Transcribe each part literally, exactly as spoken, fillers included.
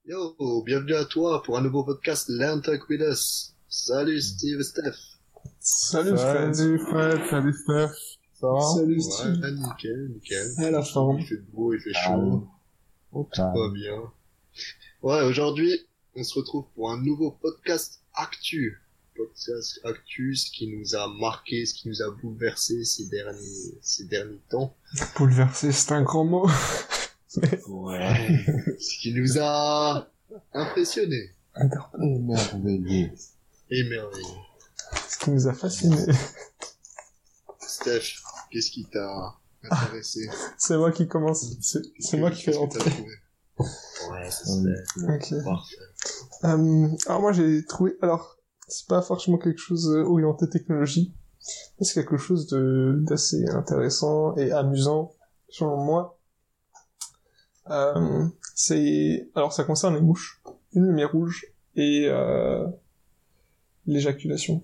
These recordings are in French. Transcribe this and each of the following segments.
Yo, bienvenue à toi pour un nouveau podcast Learn Talk With Us. Salut Steve et Steph. Salut Fred. Salut Fred, salut Steph. Ça va? Salut Ouais, Steve. nickel, nickel. À la forme. Il fait beau, il fait chaud. Oh, Tout va bien. Ouais, aujourd'hui, on se retrouve pour un nouveau podcast Actu. Podcast Actu, ce qui nous a marqué, ce qui nous a bouleversé ces derniers, ces derniers temps. Bouleversé, c'est un grand mot. Ouais. Ce qui nous a impressionné. émerveillé. Émerveillé. Ce qui nous a fasciné. Steph, qu'est-ce qui t'a intéressé? C'est moi qui commence. C'est, c'est moi qui fais Qu'est-ce que t'as l'entrée. trouvé? Ouais, c'est Steph. Ok. Parfait. Euh, alors moi j'ai trouvé, alors c'est pas forcément quelque chose euh, orienté technologie, mais c'est quelque chose de d'assez intéressant et amusant selon moi. Euh, c'est, alors ça concerne les mouches, une lumière rouge et euh, l'éjaculation.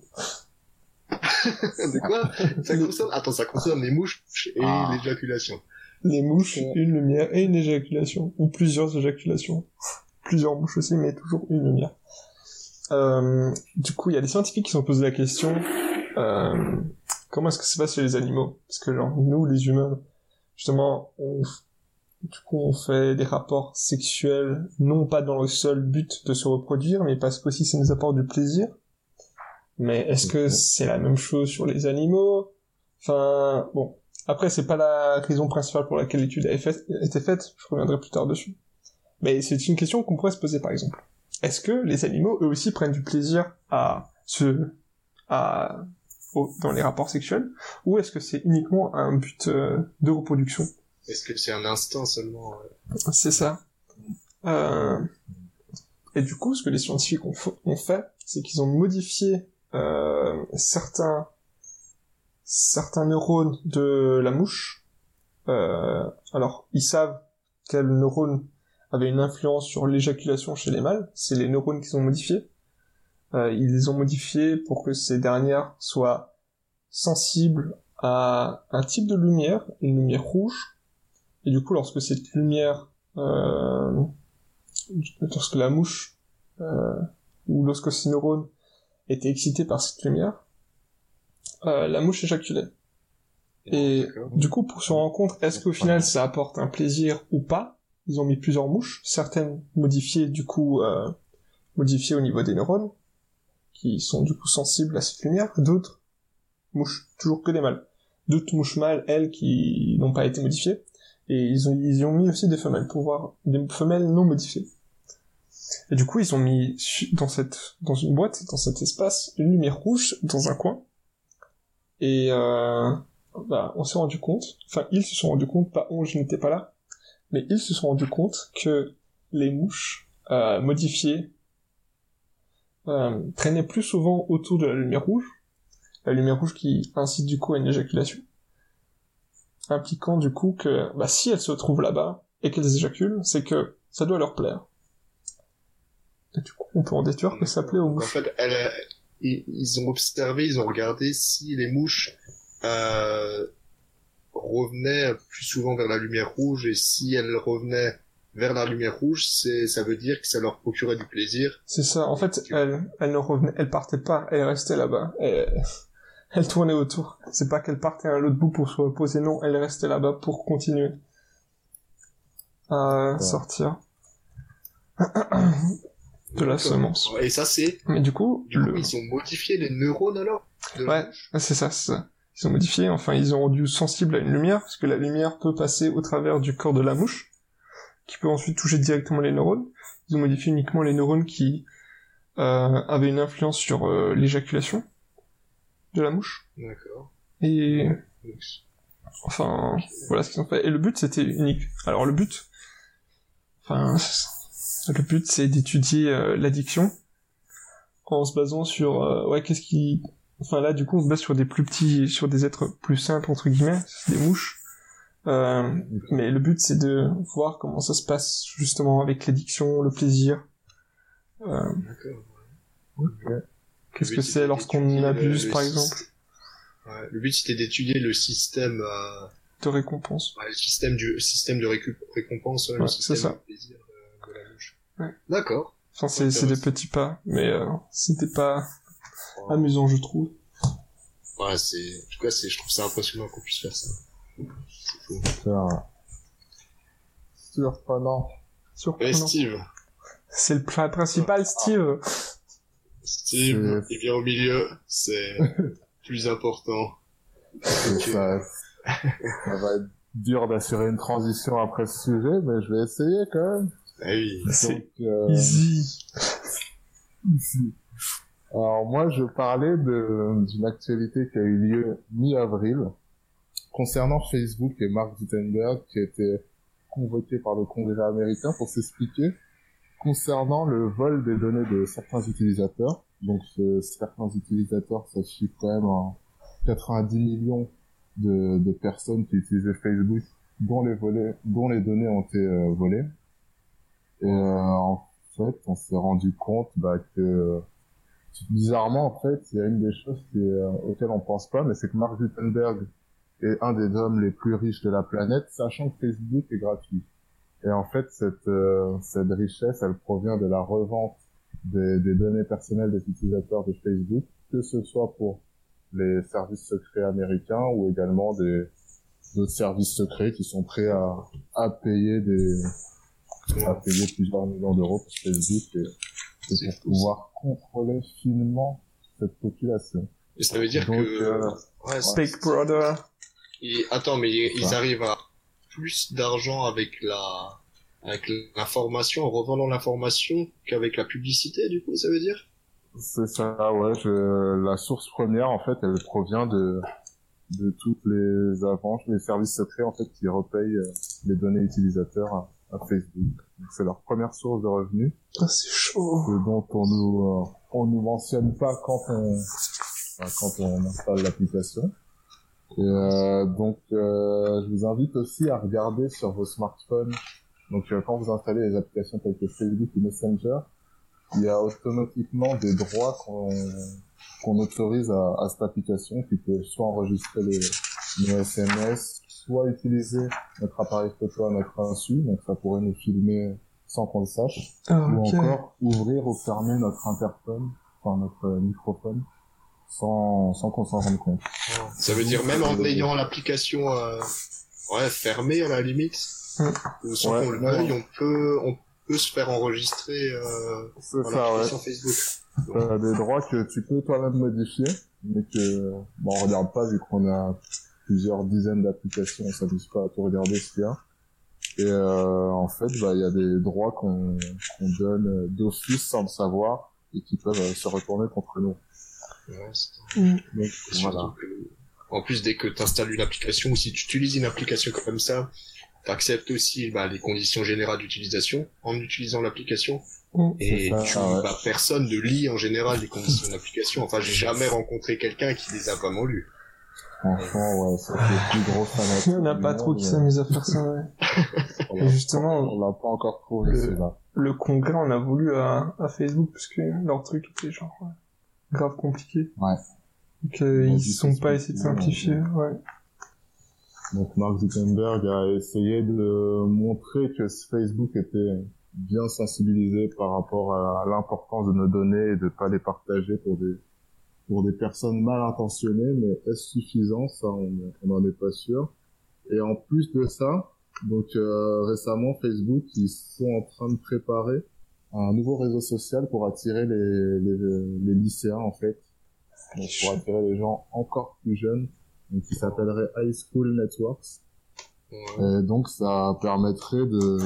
De quoi? Ça concerne, attends, ça concerne les mouches et Ah. l'éjaculation. Les mouches, Ok. une lumière et une éjaculation, ou plusieurs éjaculations. Plusieurs mouches aussi, mais toujours une lumière. Euh, du coup, il y a des scientifiques qui se sont posé la question, euh, comment est-ce que ça se passe chez les animaux? Parce que genre, nous, les humains, justement, on, du coup, on fait des rapports sexuels, non pas dans le seul but de se reproduire, mais parce qu'aussi ça nous apporte du plaisir. Mais est-ce que c'est la même chose sur les animaux? Enfin, bon. Après, c'est pas la raison principale pour laquelle l'étude a été faite, je reviendrai plus tard dessus. Mais c'est une question qu'on pourrait se poser, par exemple. Est-ce que les animaux, eux aussi, prennent du plaisir à se, à, au- dans les rapports sexuels, ou est-ce que c'est uniquement un but euh, de reproduction? Est-ce que c'est un instinct seulement? euh C'est ça. Euh... Et du coup, ce que les scientifiques ont, f- ont fait, c'est qu'ils ont modifié euh, certains certains neurones de la mouche. Euh, alors, ils savent quels neurones avaient une influence sur l'éjaculation chez les mâles. C'est les neurones qu'ils ont modifiés. Euh, ils les ont modifiés pour que ces dernières soient sensibles à un type de lumière, une lumière rouge. Et du coup, lorsque cette lumière, euh, lorsque la mouche, euh, ou lorsque ces neurones étaient excités par cette lumière, euh, la mouche éjaculait. Et D'accord. du coup, pour se rendre compte, est-ce qu'au final ça apporte un plaisir ou pas, ils ont mis plusieurs mouches, certaines modifiées du coup, euh, modifiées au niveau des neurones, qui sont du coup sensibles à cette lumière, d'autres mouches, toujours que des mâles. D'autres mouches mâles, elles, qui n'ont pas été modifiées, et ils ont, ils y ont mis aussi des femelles, pour voir des femelles non modifiées. Et du coup, ils ont mis su- dans cette, dans une boîte, dans cet espace, une lumière rouge dans un coin, et euh, bah, on s'est rendu compte, enfin, ils se sont rendus compte, pas on, je n'étais pas là, mais ils se sont rendus compte que les mouches euh, modifiées euh, traînaient plus souvent autour de la lumière rouge, la lumière rouge qui incite du coup à une éjaculation, impliquant du coup que bah, si elles se trouvent là-bas et qu'elles éjaculent, c'est que ça doit leur plaire. Et du coup, on peut en déduire que ça plaît aux Donc, en mouches. fait, elle, euh, ils, ils ont observé, ils ont regardé si les mouches euh, revenaient plus souvent vers la lumière rouge, et si elles revenaient vers la lumière rouge, c'est, ça veut dire que ça leur procurait du plaisir. C'est ça. En fait, elles, elles ne revenaient, elles partaient pas, elles restaient là-bas. Elles, elles tournaient autour. C'est pas qu'elles partaient à l'autre bout pour se reposer, non, elles restaient là-bas pour continuer à Ouais. sortir de la semence. Et ça, c'est... Mais du coup, Du coup, le... ils ont modifié les neurones, alors de la Ouais, mouche. ouais, c'est ça, c'est ça. Ils ont modifié, enfin, ils ont rendu sensible à une lumière, parce que la lumière peut passer au travers du corps de la mouche, qui peut ensuite toucher directement les neurones. Ils ont modifié uniquement les neurones qui euh, avaient une influence sur euh, l'éjaculation de la mouche. D'accord. Et Donc, enfin, voilà ce qu'ils ont fait. Et le but, c'était unique. Alors le but, enfin, c'est- le but, c'est d'étudier euh, l'addiction en se basant sur, euh, ouais, qu'est-ce qui... Enfin là, du coup, on se base sur des plus petits, sur des êtres plus simples, entre guillemets, c'est des mouches. Euh, mais le but, c'est de voir comment ça se passe, justement, avec l'addiction, le plaisir. Euh, D'accord. qu'est-ce Le que but, c'est c'était lorsqu'on d'étudier le- abuse, le par syst- exemple, Ouais, le but, c'était d'étudier le système... Euh... de récompense. Ouais, le système du système de récu- récompense, ouais, le Ouais, système c'est ça. de plaisir de, de la mouche. D'accord. Enfin, c'est, c'est des petits pas, mais euh, c'était pas Ouais. amusant, je trouve. Ouais, c'est, en tout cas, c'est, je trouve ça impressionnant qu'on puisse faire ça. C'est fou. C'est un... surprenant. Et Surprenant. Steve. C'est le plat principal, Steve. Steve, C'est- il vient au milieu, c'est plus important. Et ça, ça va être dur d'assurer une transition après ce sujet, mais je vais essayer quand même. Ah oui. C'est Donc, euh, easy. ici. Alors moi, je parlais de, d'une actualité qui a eu lieu mi-avril concernant Facebook et Mark Zuckerberg qui était convoqué par le Congrès américain pour s'expliquer concernant le vol des données de certains utilisateurs. Donc ce, certains utilisateurs, ça chiffre quand même en quatre-vingt-dix millions de, de personnes qui utilisaient Facebook dont les volets, dont les données ont été euh, volées. Et euh, en fait, on s'est rendu compte bah, que bizarrement, en fait, il y a une des choses qui, euh, auxquelles on pense pas, mais c'est que Mark Zuckerberg est un des hommes les plus riches de la planète, sachant que Facebook est gratuit. Et en fait, cette, euh, cette richesse, elle provient de la revente des, des données personnelles des utilisateurs de Facebook, que ce soit pour les services secrets américains ou également des d'autres services secrets qui sont prêts à, à payer des à payer plusieurs millions d'euros pour Facebook et, et C'est pour fou, pouvoir contrôler finement cette population. Et ça veut dire Donc, que, euh, ouais, c'est- Big Brother. ils- attends, mais ils, ils Ouais. arrivent à plus d'argent avec la, avec l'information, en revendant l'information qu'avec la publicité, du coup, ça veut dire? C'est ça, ouais. Je, la source première, en fait, elle provient de de toutes les avances, les services secrets, en fait, qui repayent euh, les données utilisateurs à, à Facebook. Donc, c'est leur première source de revenus, Ah, c'est chaud. ce dont on nous euh, on nous mentionne pas quand on enfin, quand on installe l'application. Et euh, donc, euh, je vous invite aussi à regarder sur vos smartphones. Donc, euh, quand vous installez les applications telles que Facebook ou Messenger, il y a automatiquement des droits qu'on qu'on autorise à, à cette application qui peut soit enregistrer les, nos S M S, soit utiliser notre appareil photo à notre insu, donc ça pourrait nous filmer sans qu'on le sache, Ah, ou ok. encore ouvrir ou fermer notre interphone, enfin notre euh, microphone, sans, sans qu'on s'en rende compte. Ça veut dire même en ayant l'application, euh, ouais, fermée à la limite, Mm. ou sans Ouais, qu'on le non. veuille, on peut, on peut se faire enregistrer, euh, C'est dans ça, ouais. l'application Facebook. T'as des droits que tu peux toi-même modifier, mais que bon, on regarde pas vu qu'on a plusieurs dizaines d'applications, on s'amuse pas à tout regarder ce qu'il y a. Et euh, en fait, bah il y a des droits qu'on qu'on donne d'office sans le savoir et qui peuvent euh, se retourner contre nous. Ouais, c'est- Mm. Donc et surtout voilà. que, en plus, dès que tu installes une application, ou si tu utilises une application comme ça, tu acceptes aussi bah, les conditions générales d'utilisation en utilisant l'application. Mm. Et ça, tu, ouais. bah, personne ne lit en général les conditions d'application. Enfin, j'ai jamais rencontré quelqu'un qui les a vraiment lues. Franchement, ouais, c'est le plus gros fanatique. Il y en a du pas monde, trop qui mais s'amusent à faire ça, ouais. on Et l'a- justement, on l'a pas encore trouvé le- celui-là. le congrès en a voulu à, à Facebook parce que leur truc était genre ouais, grave compliqué. Ouais. Donc euh, Ils ont ils dû sont pas essayé de s'expliquer, simplifier, ouais. Donc Mark Zuckerberg a essayé de montrer que Facebook était bien sensibilisé par rapport à l'importance de nos données et de pas les partager pour des pour des personnes mal intentionnées, mais est-ce suffisant? Ça, on on n'en est pas sûr. Et en plus de ça, donc euh, récemment Facebook, ils sont en train de préparer un nouveau réseau social pour attirer les les, les lycéens en fait, donc pour attirer les gens encore plus jeunes, donc qui s'appellerait High School Networks. Ouais. Et donc ça permettrait de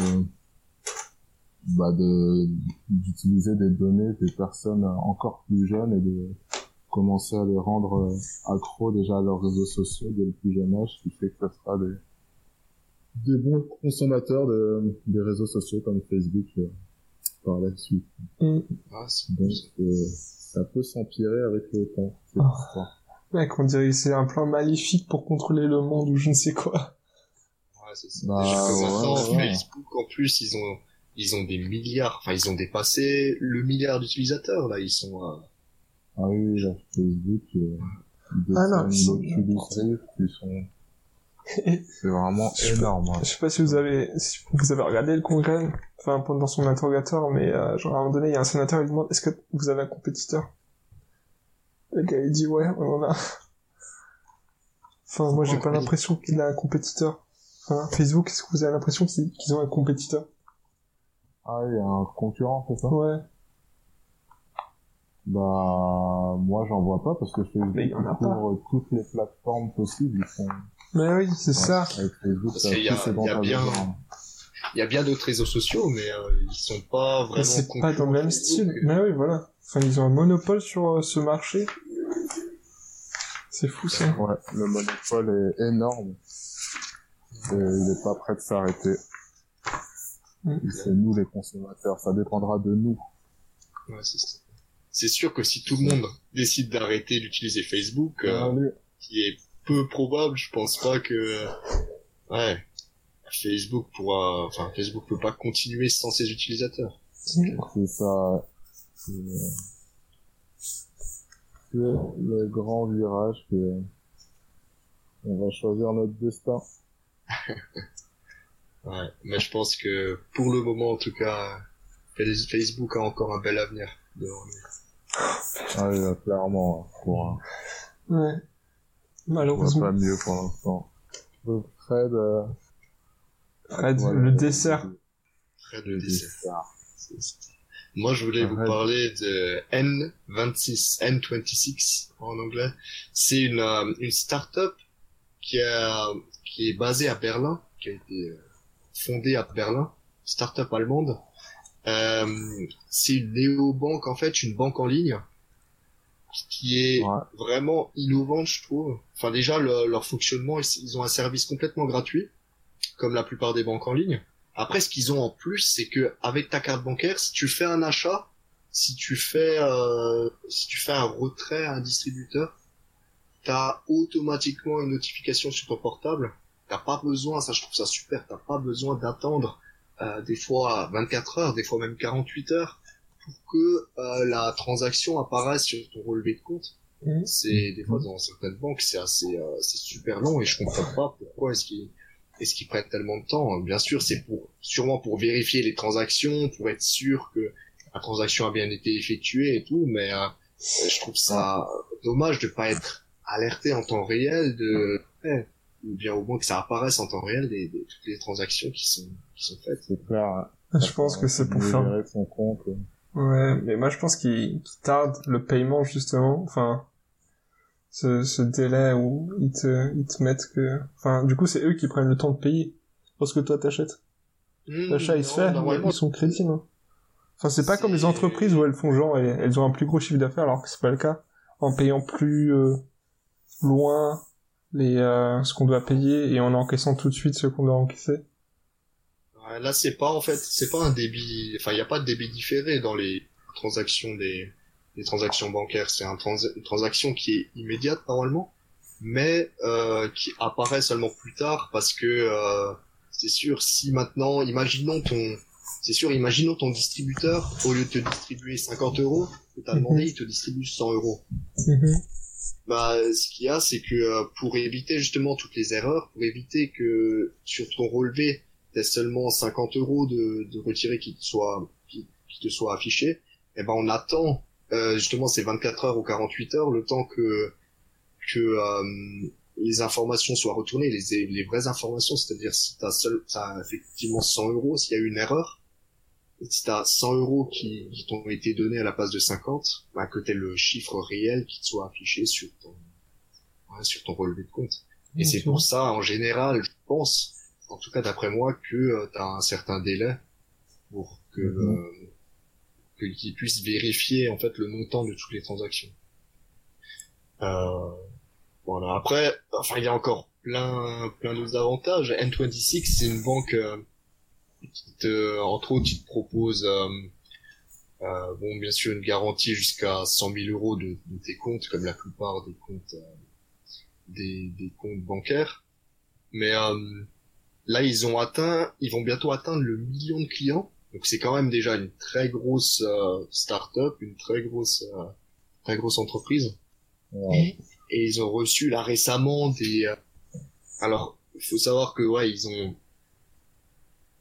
bah de d'utiliser des données des personnes encore plus jeunes et de commencer à les rendre euh, accros déjà à leurs réseaux sociaux dès le plus jeune âge, ce qui fait que ça sera des des bons consommateurs de des réseaux sociaux comme Facebook euh, par la suite. Mm. Ah, c'est Donc euh, ça peut s'empirer avec le temps, cette Oh. histoire. Mec, on dirait que c'est un plan maléfique pour contrôler le monde ou je ne sais quoi. Ouais, c'est ça. Bah, Déjà que maintenant, ouais, ouais. Facebook, en plus, ils ont, ils ont des milliards, enfin, ils ont dépassé le milliard d'utilisateurs, là, ils sont, euh, Ah oui, là, Facebook, euh, ils Ah non, dessinent ils- l'Oculus Rift, ils sont... C'est vraiment énorme. Hein. Je sais pas si vous avez, si vous avez regardé le congrès. enfin pendant son interrogatoire, mais euh, genre à un moment donné, il y a un sénateur, il demande est-ce que vous avez un compétiteur? Le gars il dit ouais, on en a. Enfin moi j'ai pas l'impression qu'il a un compétiteur. Enfin Facebook, est-ce que vous avez l'impression qu'ils, qu'ils ont un compétiteur? Ah, il y a un concurrent, c'est ça? Ouais. Bah, moi, j'en vois pas parce que Facebook Mais il y en a couvre toutes les plateformes possibles. Ils font... Mais oui, c'est ouais, ça. Avec Facebook, parce qu'il y a, il y a bien, il y a bien d'autres réseaux sociaux, mais euh, ils sont pas vraiment. Mais c'est pas dans le même style. Mais oui, voilà. Enfin, ils ont un monopole sur euh, ce marché. C'est fou, ça. Ouais, le monopole est énorme. Et il est pas prêt de s'arrêter. Mm. C'est nous les consommateurs, ça dépendra de nous. Ouais, c'est ça. C'est sûr que si tout le monde décide d'arrêter d'utiliser Facebook, euh, qui est peu probable, je pense pas que, ouais, Facebook pourra, enfin, Facebook peut pas continuer sans ses utilisateurs. C'est ça. C'est le grand virage que on va choisir notre destin. Ouais, mais je pense que pour le moment, en tout cas, Facebook a encore un bel avenir devant lui. Ah oui, clairement. Pour un... Ouais. Malheureusement. Pas mieux pour l'instant. Donc, Fred, euh... Fred, ouais, le dessert. Fred, le dessert. Moi, je voulais Fred. vous parler de N vingt-six, N vingt-six en anglais. C'est une, euh, une start-up qui a, qui est basée à Berlin, qui a été fondée à Berlin, start-up allemande. Euh, c'est une néobanque, en fait, une banque en ligne qui est ouais. vraiment innovante, je trouve. Enfin, déjà, le, leur fonctionnement, ils ont un service complètement gratuit, comme la plupart des banques en ligne. Après, ce qu'ils ont en plus, c'est que avec ta carte bancaire, si tu fais un achat, si tu fais, euh, si tu fais un retrait à un distributeur, t'as automatiquement une notification sur ton portable. T'as pas besoin, ça je trouve ça super, t'as pas besoin d'attendre euh, des fois vingt-quatre heures, des fois même quarante-huit heures pour que euh, la transaction apparaisse sur ton relevé de compte. Mmh. C'est des fois dans certaines banques c'est assez euh, c'est super long et je comprends pas pourquoi est-ce qu'ils est-ce qu'ils prennent tellement de temps. Bien sûr, c'est pour sûrement pour vérifier les transactions, pour être sûr que la transaction a bien été effectuée et tout, mais euh, je trouve ça dommage de pas être alerté en temps réel de ouais, ou bien au moins que ça apparaisse en temps réel des, des toutes les transactions qui sont qui sont faites. C'est clair. Je pense que c'est pour faire son compte. Ouais, mais moi je pense qu'ils, qu'ils tardent le paiement justement, enfin ce, ce délai où ils te ils te mettent que, enfin du coup c'est eux qui prennent le temps de payer lorsque toi t'achètes. Mmh, L'achat il se fait, ils sont crédibles. Hein. Enfin c'est pas c'est... comme les entreprises où elles font genre elles, elles ont un plus gros chiffre d'affaires alors que c'est pas le cas, en payant plus euh, loin les euh, ce qu'on doit payer et en encaissant tout de suite ce qu'on doit encaisser. Là, c'est pas, en fait, c'est pas un débit, enfin, il n'y a pas de débit différé dans les transactions des, des transactions bancaires. C'est un trans, une transaction qui est immédiate, normalement, mais, euh, qui apparaît seulement plus tard parce que, euh, c'est sûr, si maintenant, imaginons ton, c'est sûr, imaginons ton distributeur, au lieu de te distribuer cinquante euros, que t'as demandé, il te distribue cent euros. Mm-hmm. Bah, ce qu'il y a, c'est que, euh, pour éviter justement toutes les erreurs, pour éviter que, sur ton relevé, t'as seulement cinquante euros de, de retiré qui te soit, qui, qui te soit affiché, et ben, on attend, euh, justement, ces vingt-quatre heures ou quarante-huit heures, le temps que, que, euh, les informations soient retournées, les, les vraies informations, c'est-à-dire si t'as seul, t'as effectivement cent euros, s'il y a eu une erreur, et si t'as cent euros qui, qui t'ont été donnés à la place de cinquante, bah, que t'aies le chiffre réel qui te soit affiché sur ton, ouais, sur ton relevé de compte. Et okay. C'est pour ça, en général, je pense, en tout cas d'après moi, que euh, tu as un certain délai pour que mm-hmm. euh, que qu'ils puissent vérifier en fait le montant de toutes les transactions. Euh, voilà. Après, enfin il y a encore plein plein d'autres avantages. N vingt-six, c'est une banque euh, qui te, entre autres, qui te propose euh, euh, bon bien sûr une garantie jusqu'à cent mille euros de, de tes comptes, comme la plupart des comptes euh, des des comptes bancaires. Mais euh, là, ils ont atteint, ils vont bientôt atteindre le million de clients. Donc c'est quand même déjà une très grosse euh, start-up, une très grosse, euh, très grosse entreprise. Ouais. Et ils ont reçu là récemment des. Euh... Alors, il faut savoir que ouais, ils ont,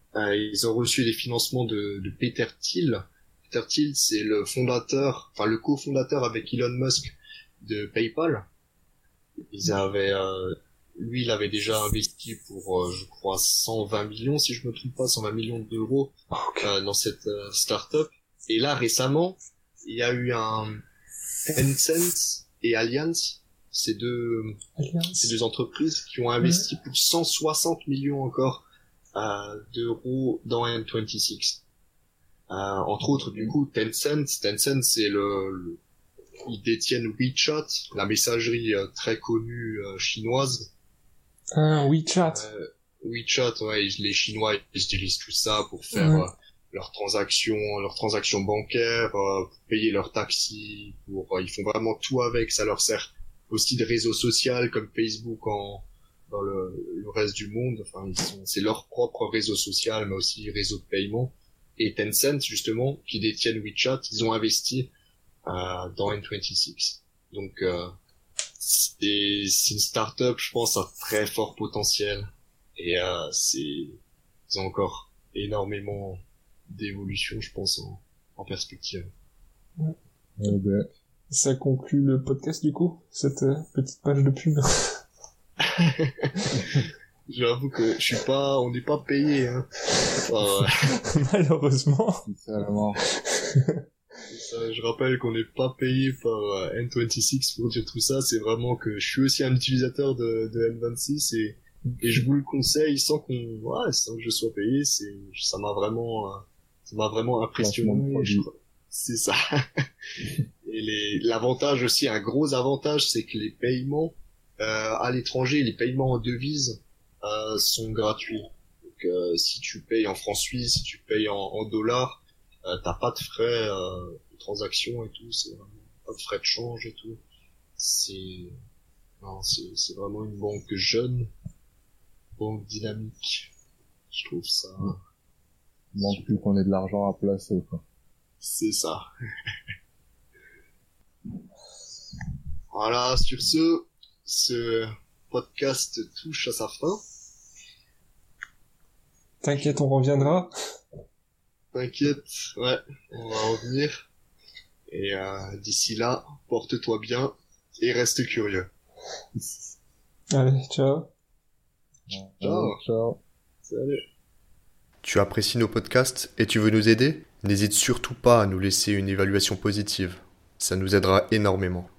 Euh, ils ont reçu des financements de, de Peter Thiel. Peter Thiel, c'est le fondateur, enfin le cofondateur avec Elon Musk de PayPal. Ils avaient, euh, lui, il avait déjà investi pour, euh, je crois, cent vingt millions, si je me trompe pas, cent vingt millions d'euros Okay. euh, dans cette euh, start-up. Et là, récemment, il y a eu un Tencent et Allianz, ces deux, Alliance. ces deux entreprises qui ont investi ouais. plus de cent soixante millions encore euh, d'euros dans N vingt-six. Euh, entre autres, du coup, Tencent, Tencent, c'est le, le ils détiennent WeChat, la messagerie euh, très connue euh, chinoise. Ah, WeChat. Euh, WeChat, ouais, ils, les Chinois, ils utilisent tout ça pour faire ouais. euh, leurs transactions, leurs transactions bancaires, euh, pour payer leurs taxis, pour, euh, ils font vraiment tout avec. Ça leur sert aussi de réseau social comme Facebook en dans le, le reste du monde. Enfin, ils sont, c'est leur propre réseau social, mais aussi réseau de paiement. Et Tencent, justement, qui détiennent WeChat, ils ont investi euh, dans N vingt-six. Donc, euh, c'est, c'est une start-up, je pense, à très fort potentiel. Et euh, c'est, ils ont encore énormément d'évolution, je pense, en, en perspective. Ouais. Ouais, ben, ça conclut le podcast, du coup, cette euh, petite page de pub. J'avoue que je suis pas, on n'est pas payé, hein. Enfin, ouais. Malheureusement. C'est ça, la mort. Ça, je rappelle qu'on n'est pas payé par euh, N vingt-six pour dire tout ça. C'est vraiment que je suis aussi un utilisateur de, de N vingt-six et, et je vous le conseille sans qu'on, ouais, sans que je sois payé. C'est, ça m'a vraiment, euh, ça m'a vraiment impressionné. Je, c'est ça. Et les, l'avantage aussi, un gros avantage, c'est que les paiements euh, à l'étranger, les paiements en devises euh, sont gratuits. Donc, euh, si tu payes en francs suisses, si tu payes en, en dollars, euh, t'as pas de frais euh, de transaction et tout. C'est vraiment pas de frais de change et tout. C'est, non, c'est, c'est vraiment une banque jeune, banque dynamique. Je trouve ça. Il manque plus qu'on ait de l'argent à placer, quoi. C'est ça. Voilà, sur ce, ce podcast touche à sa fin. T'inquiète, on reviendra. T'inquiète, ouais, on va revenir. Et euh, d'ici là, porte-toi bien et reste curieux. Allez, ciao. Ciao. Ciao. Salut. Tu apprécies nos podcasts et tu veux nous aider ? N'hésite surtout pas à nous laisser une évaluation positive. Ça nous aidera énormément.